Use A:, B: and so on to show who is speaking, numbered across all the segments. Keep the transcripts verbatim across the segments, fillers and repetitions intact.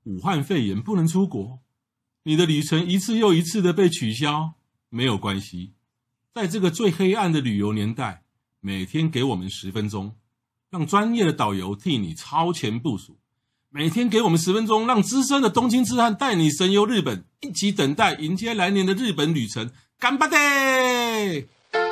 A: 武汉肺炎不能出国，你的旅程一次又一次的被取消，没有关系。在这个最黑暗的旅游年代，每天给我们十分钟，让专业的导游替你超前部署。每天给我们十分钟，让资深的东京痴汉带你神游日本，一起等待迎接来年的日本旅程。干巴爹！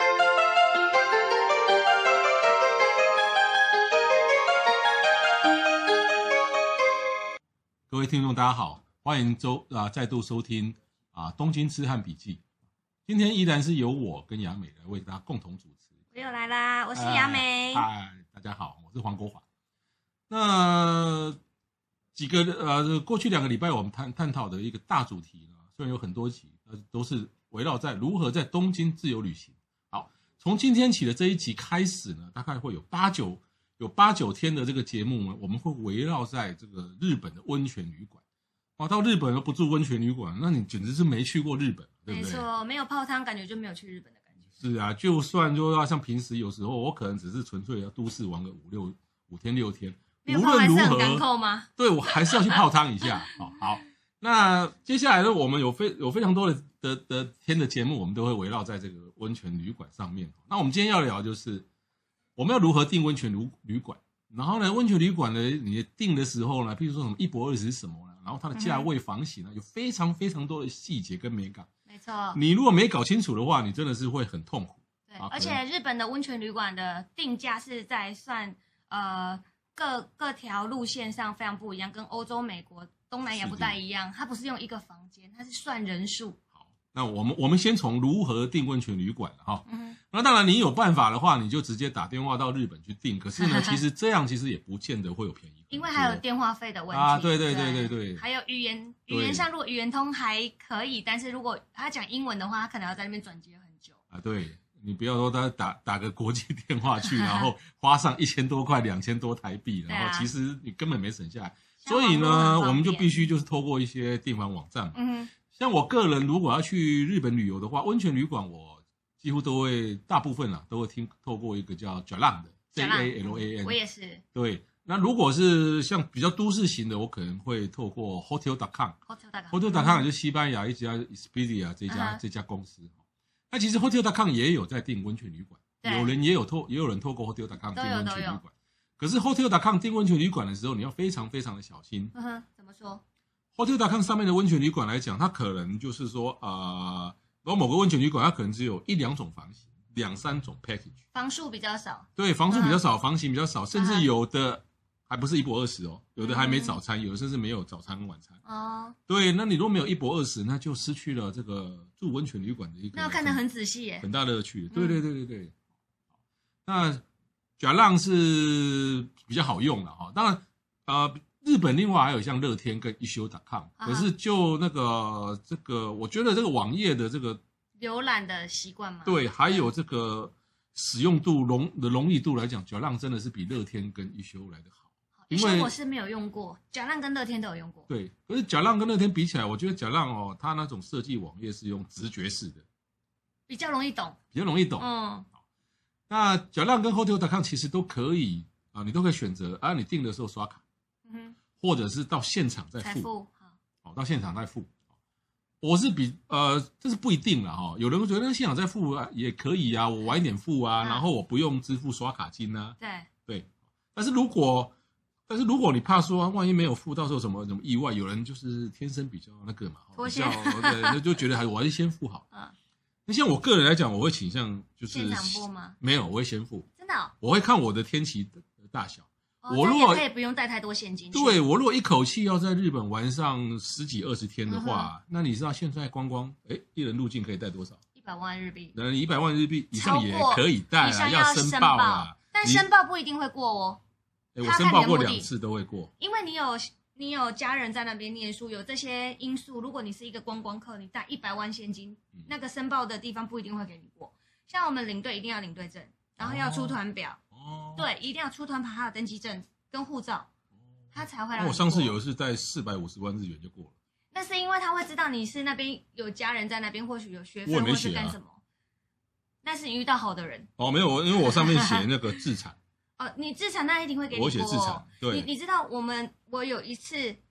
A: 各位听众，大家好，欢迎周啊再度收听啊东京痴汉笔记。今天依然是由我跟雅美来为大家共同主持。
B: 我又来啦，我是雅美。
A: 嗨、呃，大家好，我是黄国华。那几个呃，过去两个礼拜我们探探讨的一个大主题呢，虽然有很多集，呃，都是围绕在如何在东京自由旅行。好，从今天起的这一集开始呢，大概会有八九有八九天的这个节目呢，我们会围绕在这个日本的温泉旅馆。哇，到日本又不住温泉旅馆，那你简直是没去过日本，对不对？
B: 没错，没有泡汤，感觉就没有去日本的感觉。
A: 是啊，就算就要像平时有时候我可能只是纯粹要都市玩个五六五天六天。
B: 没有泡还是很干扣吗？
A: 对，我还是要去泡汤一下。好，好，那接下来呢，我们有非有非常多的的的天的节目，我们都会围绕在这个温泉旅馆上面。那我们今天要聊的就是我们要如何订温泉旅旅馆，然后呢，温泉旅馆呢，你订的时候呢，譬如说什么一博二十是什么呢？然后它的价位、房型呢，有非常非常多的细节跟美感。
B: 没错，
A: 你如果没搞清楚的话，你真的是会很痛苦。
B: 对，啊、而且日本的温泉旅馆的定价是在算呃。各各条路线上非常不一样，跟欧洲、美国、东南亚不太一样。它不是用一个房间，它是算人数。
A: 好，那我们我们先从如何订温泉旅馆了哈。
B: 嗯，
A: 那当然，你有办法的话，你就直接打电话到日本去订。可是呢，其实这样其实也不见得会有便宜，
B: 因为还有电话费的问题
A: 啊。对对对对对，
B: 还有语言语言上，如果语言通还可以，但是如果他讲英文的话，他可能要在那边转接很久
A: 啊。对。你不要说他打打个国际电话去，然后花上一千多块、两千多台币，然后其实你根本没省下来。所以呢，我们就必须就是透过一些订房网站嘛。
B: 嗯，
A: 像我个人如果要去日本旅游的话，温泉旅馆我几乎都会大部分啊都会听透过一个叫 Jalan 的 J A L A N。
B: 我也是。
A: 对，那如果是像比较都市型的，我可能会透过 Hotel 点 com。Hotel 点 com。Hotel 点 com 就是西班牙一家 Expedia 这家、uh-huh. 这家公司。那其实 Hotel 点 com 也有在订温泉旅馆，有人也有透，也有人透过 Hotel 点 com 订温泉旅馆。可是 Hotel 点 com 订温泉旅馆的时候，你要非常非常的小心。
B: 嗯哼，怎么说
A: ？Hotel 点 com 上面的温泉旅馆来讲，它可能就是说，呃，然后某个温泉旅馆，它可能只有一两种房型，两三种 package，
B: 房数比较少。
A: 对，房数比较少，房型比较少，甚至有的还不是一博二十哦，有的还没早餐，有的甚至没有早餐跟晚餐。哦，对，那你如果没有一博二十，那就失去了这个住温泉旅馆的一个，
B: 那要看得很仔细耶，
A: 很大乐趣。对对对对对。那甲浪是比较好用了哈，当然呃，日本另外还有像乐天跟一休点 com， 可是就那个这个，我觉得这个网页的这个
B: 浏览的习惯嘛，
A: 对，还有这个使用度容的容易度来讲，甲浪真的是比乐天跟一休来的好。
B: 因为我是没有用过，甲浪跟乐天都有用过。
A: 对，可是甲浪跟乐天比起来，我觉得甲浪哦，它那种设计网页是用直觉式的，
B: 比较容易懂，
A: 比较容易懂。
B: 嗯，
A: 那甲浪跟 Hotel 点 com 其实都可以啊，你都可以选择啊，你订的时候刷卡，嗯哼，或者是到现场再付，
B: 付
A: 好，到现场再付。我是比呃，这是不一定啦哈，有人会觉得现场再付啊也可以啊，我晚一点付啊，然后我不用支付刷卡金啊，
B: 对
A: 对，但是如果但是如果你怕说万一没有付，到时候什么什么意外，有人就是天生比较那个嘛，
B: 比
A: 较对，就觉得还我还是先付好。嗯，那像我个人来讲，我会倾向就是
B: 现场付吗？
A: 没有，我会先付。
B: 真的、哦？
A: 我会看我的天期的大小。
B: 哦、我如果可以不用带太多现金。
A: 对，我如果一口气要在日本玩上十几二十天的话，嗯、那你知道现在观光，哎，一人入境可以带多少？
B: 一百万日币。
A: 那一百万日币以上也可以带啊，
B: 要
A: 申报啊。
B: 但申报不一定会过哦。
A: 我申报过两次都会过，
B: 因为你有你有家人在那边念书，有这些因素。如果你是一个观光客，你带一百万现金，嗯、那个申报的地方不一定会给你过。像我们领队一定要领队证，然后要出团表，哦、对，一定要出团牌，还有登记证跟护照，他才会让你过。
A: 我上次有一次带四百五十万日元就过了。
B: 那是因为他会知道你是那边有家人在那边，或许有学费或是干什么。那是你遇到好的人
A: 哦，没有，因为我上面写那个自产。
B: 哦，你自产那一定会给你过、哦。
A: 我写自产，对。
B: 你你知道我们我有一次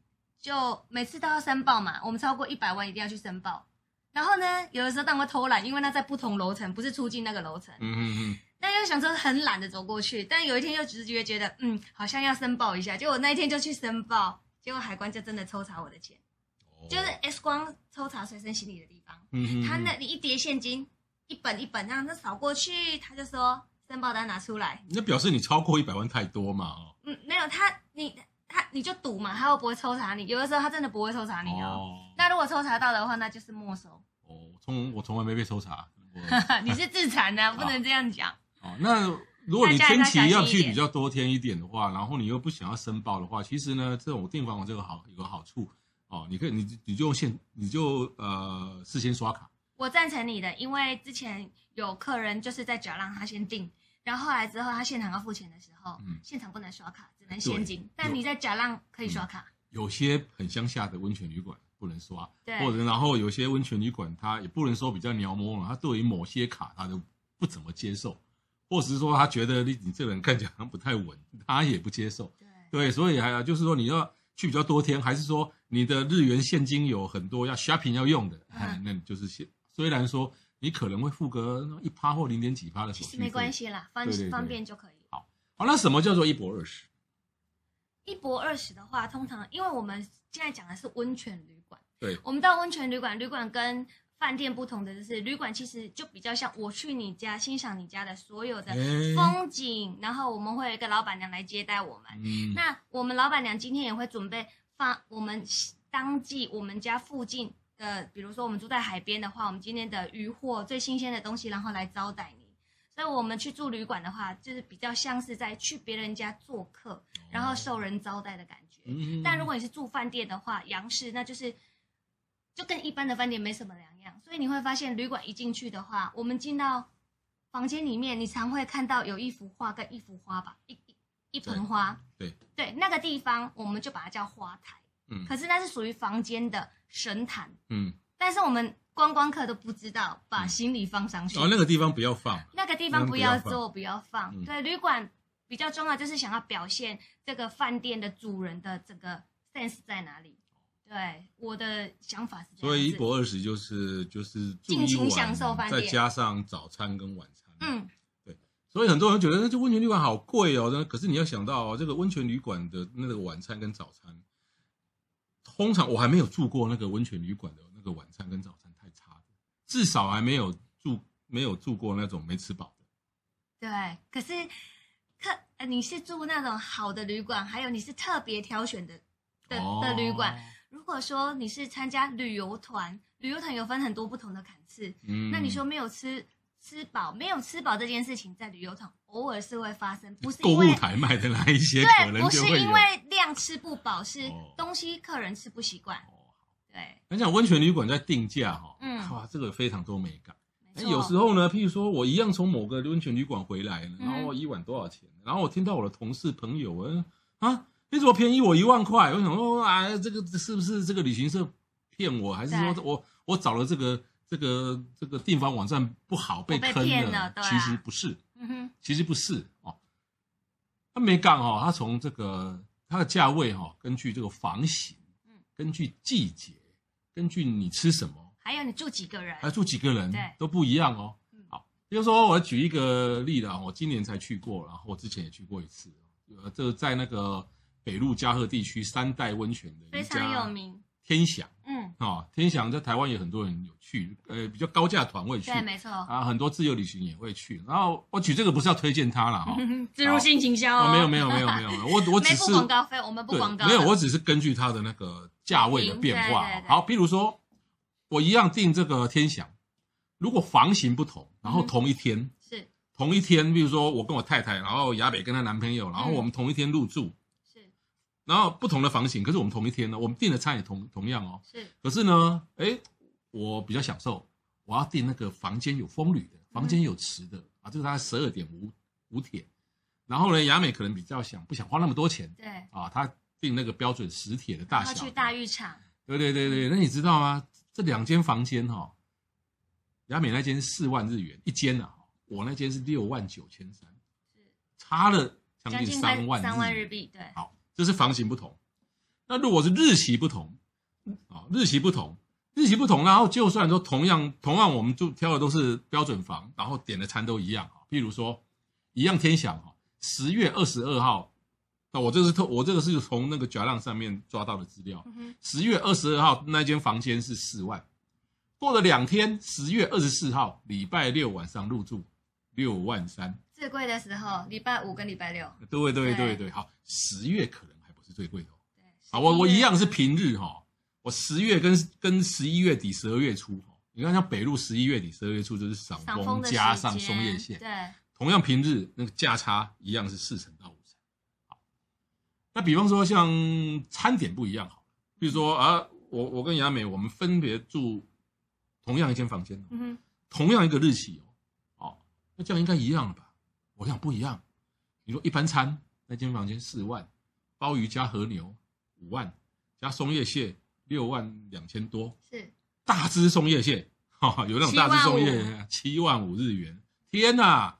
B: 就每次都要申报嘛，我们超过一百万一定要去申报。然后呢，有的时候当然会偷懒，因为那在不同楼层，不是出境那个楼层。
A: 嗯嗯嗯。
B: 那又想说很懒得走过去，但有一天又直觉觉得，嗯，好像要申报一下。结果那一天就去申报，结果海关就真的抽查我的钱，哦、就是 X 光抽查随身行李的地方。嗯嗯。他那你一叠现金，一本一本这样子扫过去，他就说申报单拿出来。
A: 那表示你超过一百万太多嘛？哦。
B: 嗯，没有他你。他你就赌嘛，他会不会抽查你？有的时候他真的不会抽查你哦。哦那如果抽查到的话，那就是没收。
A: 哦，从我从来没被抽查。
B: 你是自残的、啊，不能这样讲。
A: 哦，那如果你天期要去比较多天一点的话，然后你又不想要申报的话，其实呢，这种订房网这个好有个好处哦，你可以你你就现你就呃事先刷卡。
B: 我赞成你的，因为之前有客人就是在假让他先订。然后后来之后，他现场要付钱的时候，嗯、现场不能刷卡，只能现金。但你在假让可以刷卡、嗯。
A: 有些很乡下的温泉旅馆不能刷，
B: 对，
A: 或者然后有些温泉旅馆它也不能说比较鸟摸了，他对于某些卡他都不怎么接受，或者是说他觉得你你这个人看起来好像不太稳，他也不接受。
B: 对，
A: 对，所以还就是说你要去比较多天，还是说你的日元现金有很多要 shopping 要用的，嗯、哎，那就是虽然说。你可能会付个一趴或零点几趴的手续费，
B: 其实没关系啦，方对对对方便就可以。
A: 好，好，那什么叫做一博二十？
B: 一博二十的话，通常因为我们现在讲的是温泉旅馆，
A: 对，
B: 我们到温泉旅馆，旅馆跟饭店不同的就是，旅馆其实就比较像我去你家欣赏你家的所有的风景，欸、然后我们会有一个老板娘来接待我们。嗯，那我们老板娘今天也会准备放我们当季我们家附近。的，比如说我们住在海边的话，我们今天的渔获最新鲜的东西，然后来招待你。所以我们去住旅馆的话，就是比较像是在去别人家做客，然后受人招待的感觉。嗯、但如果你是住饭店的话，洋式那就是就跟一般的饭店没什么两样。所以你会发现，旅馆一进去的话，我们进到房间里面，你常会看到有一幅画跟一幅花吧，一一一盆花。
A: 对
B: 对, 对，那个地方我们就把它叫花台。嗯，可是那是属于房间的神坛，嗯，但是我们观光客都不知道把行李放上去。
A: 哦，那个地方不要放，
B: 那个地方不要做，不要放。嗯、对，旅馆比较重要就是想要表现这个饭店的主人的这个 sense 在哪里。对，我的想法是这样子。
A: 所以一博二十就是就是住
B: 尽情享受饭店，
A: 再加上早餐跟晚餐。嗯，对。所以很多人觉得那这温泉旅馆好贵哦，可是你要想到、哦、这个温泉旅馆的那个晚餐跟早餐。通常我还没有住过那个温泉旅馆的那个晚餐跟早餐太差的，至少还没有住没有住过那种没吃饱的。
B: 对，可是客呃你是住那种好的旅馆，还有你是特别挑选的的、哦、的旅馆。如果说你是参加旅游团，旅游团有分很多不同的坎次，嗯，那你说没有吃吃饱，没有吃饱这件事情在旅游团偶尔是会发生，不是因为
A: 购物台卖的那一些可能就会有，
B: 不是因为量吃不饱，是东西客人吃不习惯。哦，对。
A: 你讲温泉旅馆在定价哈，嗯，哇，这个非常多美感。有时候呢，譬如说我一样从某个温泉旅馆回来，然后一晚多少钱？嗯、然后我听到我的同事朋友啊，你怎么便宜我一万块？我想说啊，这个是不是这个旅行社骗我，还是说我我找了这个？这个这个订房网站不好被坑了，
B: 了啊、
A: 其实不是，
B: 嗯哼，
A: 其实不是哦。他没杠哦，他从这个它的价位哈、哦，根据这个房型，嗯，根据季节，根据你吃什么，
B: 还有你住几个人，
A: 还住几个人，
B: 对，
A: 都不一样哦。嗯、好，比如说我举一个例子啊，我今年才去过，然后我之前也去过一次，呃，这个在那个北陆嘉禾地区三代温泉的
B: 非常有名。
A: 天祥，嗯，哦，天祥在台湾也很多人有去，呃，比较高价团会去，
B: 对，没错，
A: 啊，很多自由旅行也会去。然后我举这个不是要推荐他啦，哈、哦，
B: 植入性行销哦，
A: 哦，没有没有没有没有，我我只是
B: 没付广告费，我们不广告，
A: 没有，我只是根据它的那个价位的变化。
B: 对对对
A: 好，譬如说我一样订这个天祥，如果房型不同，然后同一天、嗯、
B: 是
A: 同一天，比如说我跟我太太，然后雅北跟她男朋友，然后我们同一天入住。嗯然后不同的房型，可是我们同一天呢，我们订的餐也同同样哦。
B: 是。
A: 可是呢，哎，我比较享受，我要订那个房间有风吕的，房间有池的、嗯、啊，这个大概十二点五五铁。然后呢，雅美可能比较想不想花那么多钱，
B: 对
A: 啊，他订那个标准十铁的大小。
B: 要去大浴场。
A: 对对对对，那你知道吗？这两间房间哈、哦，雅美那间四万日元一间啊，我那间是六万九千三，是差了将近三万
B: 三万日币，对。
A: 好。这是房型不同， 那如果是日期不同，啊，日期不同，日期不同，然后就算说同样同样，我们就挑的都是标准房，然后点的餐都一样，譬如说一样天祥哈，十月二十二号，我这个是我这个是从那个甲浪上面抓到的资料，十月二十二号那间房间是四万，过了两天，十月二十四号礼拜六晚上入住六万三，
B: 最贵的时候礼拜五跟礼拜六，
A: 对对对对，好，十月可能还不是最贵的。好，我我一样是平日哈，我十月跟跟十一月底、十二月初，你看像北路十一月底、十二月初就是赏枫加上松叶线，
B: 对，
A: 同样平日那个价差一样是四成到五成。好，那比方说像餐点不一样好，比如说啊，我我跟雅美我们分别住同样一间房间，嗯哼，同样一个日期哦，哦，那这样应该一样了吧？我想不一样。你说一般餐那间房间四万，鲍鱼加和牛。五万加松叶蟹六万两千多，是大只松叶蟹，哈、哦，有那种大只松叶七万五日元，天哪！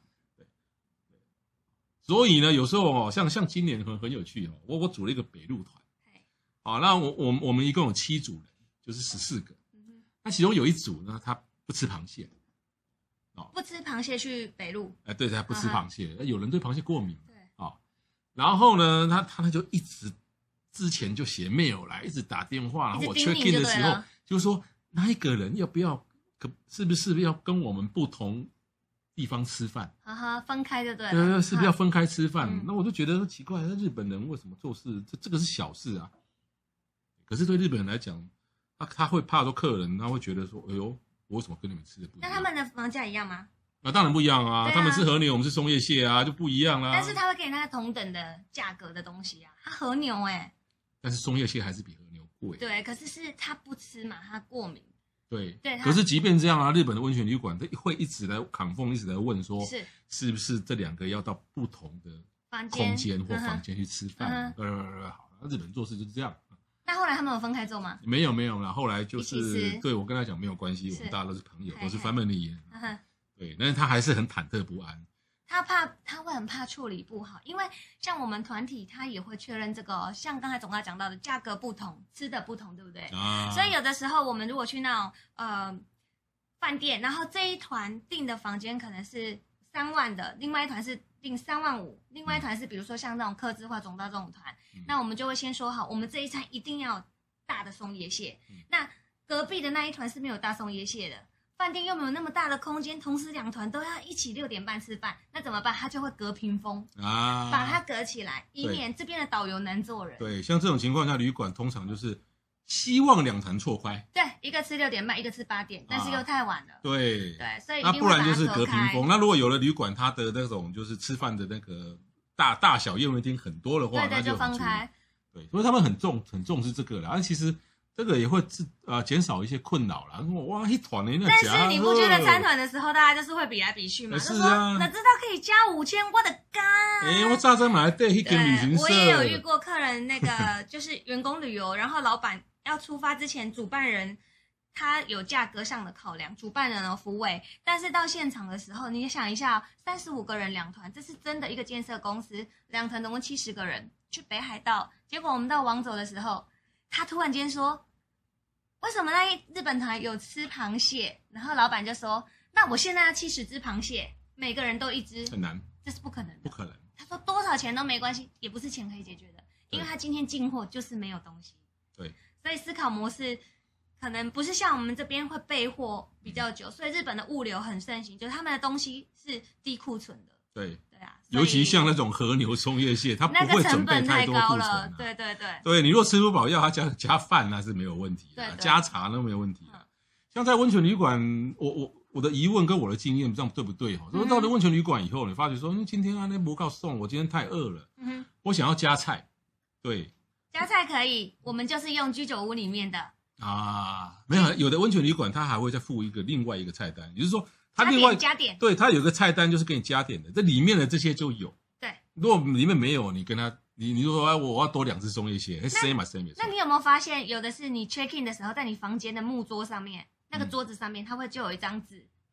A: 所以呢，有时候哦，像像今年很很有趣哦，我我组了一个北路团，好、哦，那我我们我们一共有七组人，就是十四个，嗯、那其中有一组呢，他不吃螃蟹，
B: 哦，不吃螃蟹去北路，
A: 哎，对，他不吃螃蟹，啊、有人对螃蟹过敏，对，啊、哦，然后呢，他他就一直。之前就写 mail 来，一直打电话，然后我 check in 的时候就说那一个人要不要，可是不是要跟我们不同地方吃饭？
B: 哈哈，分开就对了。
A: 对，是不是要分开吃饭？嗯、那我就觉得奇怪，那日本人为什么做事这这个是小事啊？可是对日本人来讲，他他会怕说客人，他会觉得说，哎呦，我为什么跟你们吃的不一样？
B: 那他们的房价一样吗？
A: 那、啊、当然不一样啊，啊他们是和牛，我们是松叶蟹啊，就不一样啊。
B: 但是他会给你那个同等的价格的东西啊，他和牛哎、欸。
A: 但是松叶蟹还是比和牛贵。
B: 对，可是是他不吃嘛，他过敏。
A: 对对。可是即便这样啊，日本的温泉旅馆会一直来扛缝，一直来问说，是是不是这两个要到不同的空间或房间去吃饭？呃，好，日本做事就是这样。
B: 那后来他们有分开做吗？
A: 没有没有啦，后来就是对我跟他讲没有关系，我们大家都是朋友，都是 family。对，但是他还是很忐忑不安。
B: 他怕，他会很怕处理不好，因为像我们团体，他也会确认这个、哦，像刚才总大讲到的，价格不同，吃的不同，对不对？啊。所以有的时候，我们如果去那种呃饭店，然后这一团订的房间可能是三万的，另外一团是订三万五，另外一团是比如说像那种客制化总大这种团，嗯、那我们就会先说好，我们这一餐一定要大的松叶蟹，嗯、那隔壁的那一团是没有大松叶蟹的。饭店又没有那么大的空间，同时两团都要一起六点半吃饭，那怎么办？他就会隔屏风啊，把它隔起来，以免这边的导游难做人。
A: 对，像这种情况下，旅馆通常就是希望两团错开。
B: 对，一个吃六点半，一个吃八点，但是又太晚了。啊、
A: 对
B: 对，所以
A: 那不然就是隔屏风。那如果有了旅馆，它的那种就是吃饭的那个大大小宴会厅很多的话，
B: 对对，就分开。
A: 对，所以他们很重很重视这个啦。但其实。这个也会呃减少一些困扰啦。哇，一团的那
B: 但是你不觉得参团的时候，大家就是会比来比去嘛？
A: 是啊，
B: 哪知道可以加五千，我的干！
A: 哎、欸，我早上买对一间旅行社，
B: 我也有遇过客人，那个就是员工旅游，然后老板要出发之前，主办人他有价格上的考量，主办人的服委，但是到现场的时候，你想一下、哦，三十五个人两团，这是真的一个建设公司，两团总共七十个人去北海道，结果我们到往走的时候，他突然间说。为什么那日本团有吃螃蟹？然后老板就说：“那我现在要七十只螃蟹，每个人都一只，
A: 很难，
B: 这是不可能的，
A: 不可能。”
B: 他说：“多少钱都没关系，也不是钱可以解决的，因为他今天进货就是没有东西。”
A: 对，
B: 所以思考模式可能不是像我们这边会备货比较久，所以日本的物流很盛行，就是他们的东西是低库存的。
A: 对。
B: 对啊，
A: 尤其像那种和牛松叶蟹，它不会准备太多库存、啊
B: 那个、对对对，
A: 对你若吃不饱，要它加加饭那是没有问题的，对对加茶那没有问题的。嗯、像在温泉旅馆，我我我的疑问跟我的经验，不知道对不对哈？说、嗯、到了温泉旅馆以后，你发觉说，因为今天啊那不告送，我今天太饿了，嗯哼，我想要加菜，对，
B: 加菜可以，我们就是用居酒屋里面的
A: 啊，没有有的温泉旅馆它还会再附一个另外一个菜单，也就是说。它另外
B: 加点，
A: 对，它有个菜单就是给你加点的，这里面的这些就有。
B: 对，
A: 如果里面没有，你跟他，你你就说我要多两只松叶蟹，谁嘛谁嘛。
B: 那你有没有发现，有的是你 check in 的时候，在你房间的木桌上面，那个桌子上面，它会就有一张纸，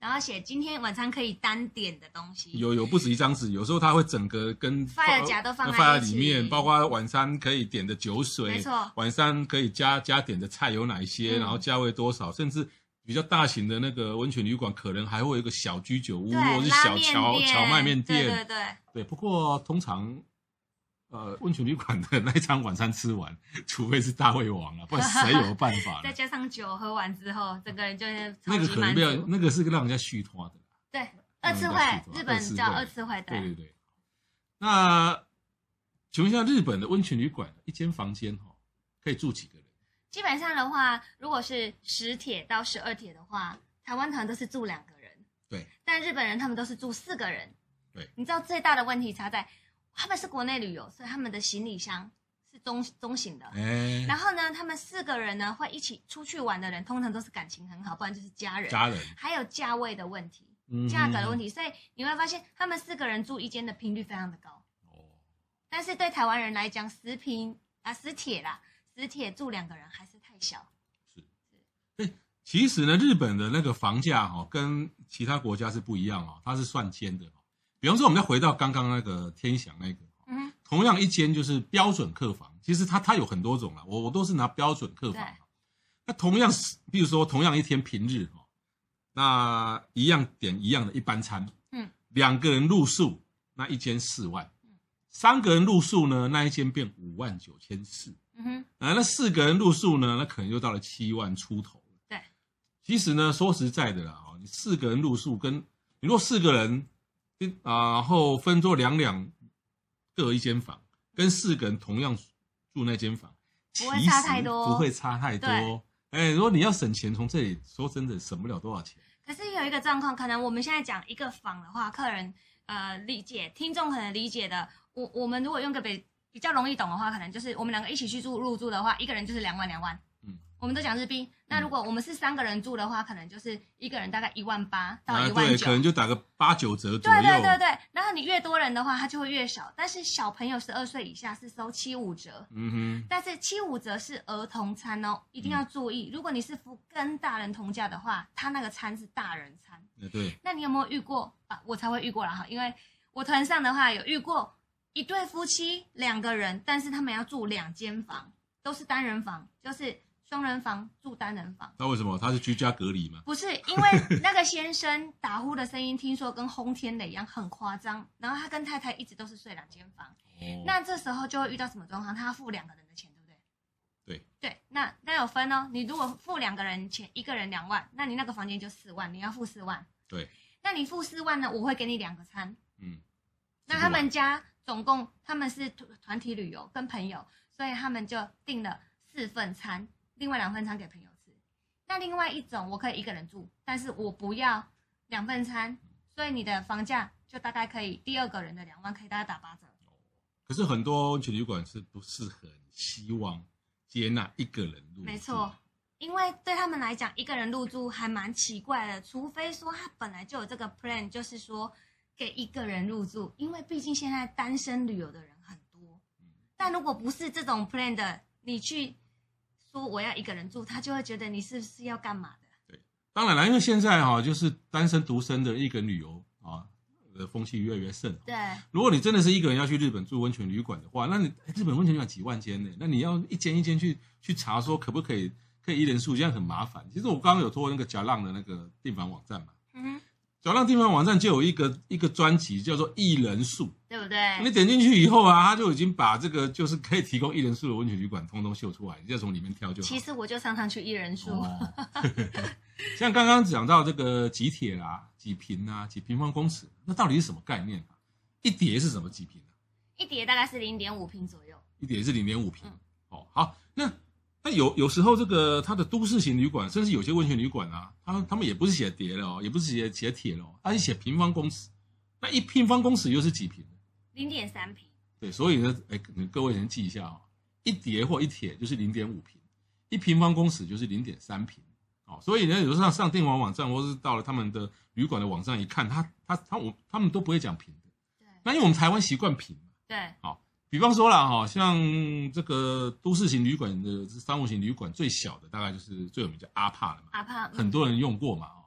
B: 然后写今天晚餐可以单点的东西。
A: 有有不止一张纸，有时候它会整个跟
B: fire 夹都放在
A: 放在
B: 一起
A: 里面，包括晚餐可以点的酒水，
B: 没错，
A: 晚餐可以加加点的菜有哪一些，嗯、然后价位多少，甚至比较大型的那个温泉旅馆，可能还会有一个小居酒屋或是小荞荞麦面店。
B: 对对对
A: 对，不过通常。呃，温泉旅馆的那一餐晚餐吃完，除非是大胃王啊，不然谁有办法呢？
B: 再加上酒喝完之后，整个人就
A: 那个可能不要，那个是让人家续托的。
B: 对，二次会，日本叫二次会。
A: 对对对。那请问一下，日本的温泉旅馆一间房间哈、哦，可以住几个人？
B: 基本上的话，如果是十铁到十二铁的话，台湾团都是住两个人。
A: 对。
B: 但日本人他们都是住四个人。
A: 对。
B: 你知道最大的问题差在？他们是国内旅游，所以他们的行李箱是中中型的。
A: 欸、
B: 然后呢，他们四个人呢会一起出去玩的人，通常都是感情很好，不然就是家人。
A: 家人。还
B: 有价位的问题，
A: 嗯、
B: 价格的问题，所以你会发现他们四个人住一间的频率非常的高。哦。但是对台湾人来讲，十平啊十铁啦，十铁住两个人还是太小。
A: 是。是。欸、其实呢，日本的那个房价哈、哦，跟其他国家是不一样哦，它是算间的。比方说，我们再回到刚刚那个天祥那个，
B: 嗯，
A: 同样一间就是标准客房，其实它它有很多种啦，我我都是拿标准客房。那同样是，比如说同样一天平日哈，那一样点一样的一般餐，
B: 嗯，
A: 两个人入住那一间四万，嗯，三个人入住呢那一间变五万九千四，
B: 嗯哼，
A: 啊，那四个人入住呢，那可能就到了七万出头了。
B: 对，
A: 其实呢，说实在的啦，哦，你四个人入住跟你若四个人。然后分作两两各一间房，跟四个人同样住那间房，
B: 不会差太多，
A: 不会差太多。哎，如果你要省钱，从这里说真的省不了多少钱。
B: 可是有一个状况，可能我们现在讲一个房的话，客人呃理解，听众可能理解的，我我们如果用个比比较容易懂的话，可能就是我们两个一起去住入住的话，一个人就是两万两万。嗯，我们都讲日币。那如果我们是三个人住的话，可能就是一个人大概一万八到一万九，
A: 对，可能就打个八九折左
B: 右。对对对对，然后你越多人的话，它就会越少。但是小朋友十二岁以下是收七五折，
A: 嗯哼。
B: 但是七五折是儿童餐哦，一定要注意。嗯、如果你是付跟大人同价的话，他那个餐是大人餐。
A: 对。
B: 那你有没有遇过啊？我才会遇过啦哈，因为我团上的话有遇过一对夫妻两个人，但是他们要住两间房，都是单人房，就是。双人房住单人房，
A: 那为什么他是居家隔离吗？
B: 不是，因为那个先生打呼的声音，听说跟轰天雷一样，很夸张。然后他跟太太一直都是睡两间房，哦、那这时候就会遇到什么状况？他要付两个人的钱，对不对？
A: 对
B: 对，那那有分哦。你如果付两个人钱，一个人两万，那你那个房间就四万，你要付四万。
A: 对，
B: 那你付四万呢？我会给你两个餐。
A: 嗯，
B: 那他们家总共他们是团体旅游跟朋友，所以他们就订了四份餐。另外两份餐给朋友吃，那另外一种我可以一个人住，但是我不要两份餐，所以你的房价就大概可以第二个人的两万可以大概打八折。
A: 可是很多温泉旅馆是不是很希望接纳一个人入住？
B: 没错，因为对他们来讲，一个人入住还蛮奇怪的，除非说他本来就有这个 plan， 就是说给一个人入住，因为毕竟现在单身旅游的人很多。嗯、但如果不是这种 plan 的，你去。说我要一个人住，他就会觉得你是不是要干嘛的？
A: 对，当然了，因为现在哈、哦，就是单身独身的一个人旅游啊的风气越来越盛。
B: 对，
A: 如果你真的是一个人要去日本住温泉旅馆的话，那你日本温泉旅馆几万间呢？那你要一间一间去去查，说可不可以可以一人住，这样很麻烦。其实我刚刚有拖那个甲浪的那个订房网站嘛，
B: 嗯哼，
A: 甲浪订房网站就有一个一个专辑叫做一人宿。
B: 对不对？
A: 你点进去以后啊，他就已经把这个就是可以提供一人宿的温泉旅馆通通秀出来，你就从里面挑就好。
B: 其实我就常常去一人宿。
A: 哦、像刚刚讲到这个几铁啦、几坪啊、几平方公尺，那到底是什么概念啊？一叠是什么几坪啊？
B: 一叠大概是零点五坪左右。
A: 一叠是零点五坪。嗯、哦，好，那那有有时候这个它的都市型旅馆，甚至有些温泉旅馆啊，他他们也不是写叠了哦，也不是写写铁了哦，它是写平方公尺。那一平方公尺又是几坪？
B: 零点三坪，
A: 对，所以呢，哎，各位先记一下哦，一叠或一铁就是零点五坪，一平方公尺就是零点三坪，哦，所以呢，有时候上上订房网站或是到了他们的旅馆的网站一看，他他他我他们都不会讲坪的，
B: 对，
A: 那因为我们台湾习惯坪嘛，
B: 对，
A: 好、哦，比方说啦，哈，像这个都市型旅馆的商务型旅馆最小的大概就是最有名叫阿帕了嘛，
B: 阿帕，嗯、
A: 很多人用过嘛，哦，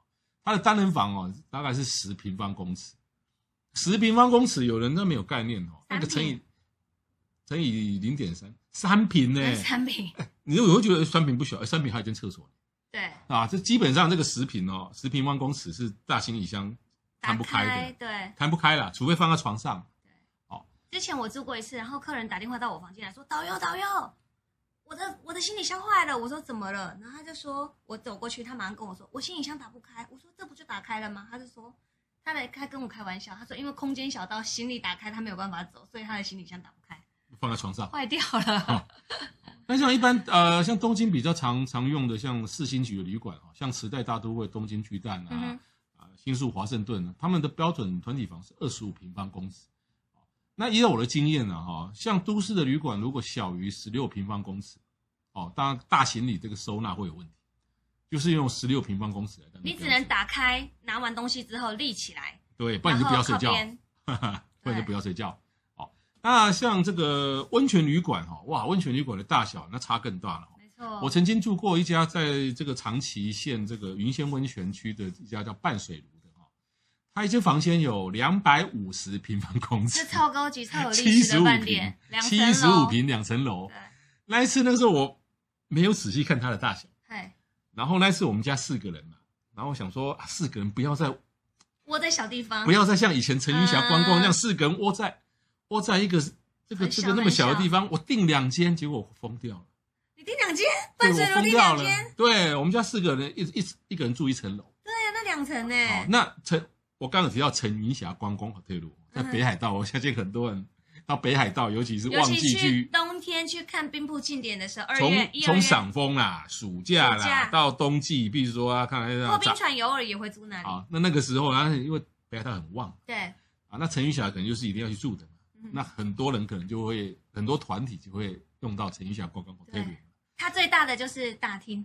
A: 它的单人房哦，大概是十平方公尺，十平方公尺，有人都没有概念哦，那个乘以乘以零点三，三平呢？
B: 三平，
A: 你会觉得三平不小，三平还有一间厕所。
B: 对
A: 啊，这基本上这个十平哦，十平方公尺是大行李箱摊不开的，
B: 对，
A: 摊不开啦，除非放在床上。
B: 对，哦，之前我住过一次，然后客人打电话到我房间来说，导游导游。我的我的行李箱坏了，我说怎么了？然后他就说，我走过去，他马上跟我说，我行李箱打不开。我说这不就打开了吗？他就说，他来开跟我开玩笑，他说因为空间小到行李打开他没有办法走，所以他的行李箱打不开，
A: 放在床上
B: 坏掉了。哦，
A: 那像一般呃，像东京比较常常用的，像四星级的旅馆，像时代大都会、东京巨蛋啊，嗯啊新宿华盛顿，他们的标准团体房是二十五平方公尺。那以我的经验呢，哈，像都市的旅馆如果小于十六平方公尺，哦，当然大行李这个收纳会有问题，就是用十六平方公尺来当。
B: 你只能打开，拿完东西之后立起来，
A: 对，不然你就不要睡觉，不然就不要睡觉。哦，那像这个温泉旅馆哈，哇，温泉旅馆的大小那差更大了。
B: 没错，我
A: 曾经住过一家在这个长崎县这个云仙温泉区的一家叫半水炉。它一间房间有两百五十平方公尺，
B: 是超高级、超有历史的饭店，
A: 七十五平两层楼。那一次那时候我没有仔细看它的大小，然后那一次我们家四个人嘛，然后我想说、啊、四个人不要再
B: 窝在小地方，
A: 不要再像以前陈云霞观光那样、嗯、四个人窝在窝在一个这个这个那么小的地方，我订两间，结果我疯掉了。
B: 你订两间？半水楼订两间？
A: 对，我们家四个人一一一个人住一层楼。
B: 对呀、啊，那两层呢？
A: 好，那陈。我刚刚提到陈云霞观光 hotel 在北海道，我相信很多人到北海道，尤其是旺季去
B: 冬天去看冰瀑庆典的时候，二
A: 月从赏枫啦、暑假啦到冬季，比如说啊，看
B: 坐冰船游偶也会住那里。
A: 啊，那那个时候啊，因为北海道很旺，
B: 对
A: 啊，那陈云霞可能就是一定要去住的嘛、嗯，那很多人可能就会很多团体就会用到陈云霞观光 hotel。
B: 它最大的就是大厅。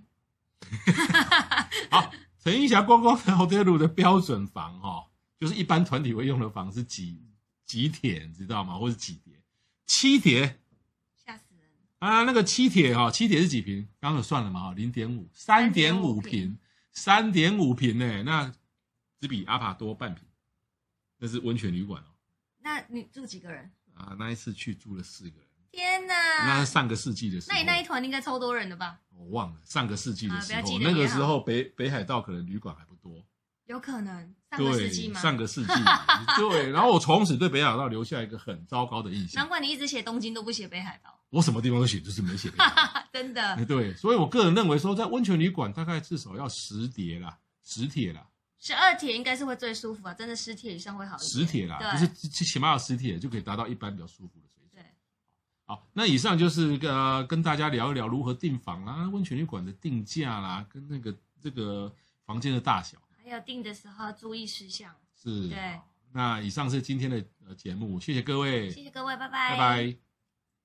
A: 好。陈云霞观光 hotel 的标准房哦，就是一般团体会用的房是几几铁，你知道吗？或是几叠？七叠，
B: 吓死人
A: 啊！那个七铁哈、哦，七铁是几平？刚刚有算了嘛？零点五，三点五平，三点五平呢，那只比阿帕多半平。那是温泉旅馆哦。
B: 那你住几个人？
A: 啊，那一次去住了四个人。
B: 天哪！
A: 那是上个世纪的时候。
B: 那你那一团应该超多人的吧？
A: 我忘了上个世纪的时候，
B: 啊、
A: 那个时候北北海道可能旅馆还不多，
B: 有可能上个世纪吗？
A: 上个世纪，对。然后我从此对北海道留下一个很糟糕的印象。
B: 难怪你一直写东京都不写北海道。
A: 我什么地方都写，就是没写北海道。
B: 真的。
A: 对，所以我个人认为说，在温泉旅馆大概至少要十叠啦，十铁啦。
B: 十二铁应该是会最舒服啊，真的十铁以上会好一点。
A: 十铁啦，就是起码要十铁就可以达到一般比较舒服的水准。对，好，那以上就是呃跟大家聊一聊如何订房啦、温泉旅馆的定价啦，跟那个这个房间的大小，
B: 还有订的时候注意事项。
A: 是，
B: 对。
A: 那以上是今天的呃节目，谢谢各位，
B: 谢谢各位，拜拜，
A: 拜拜。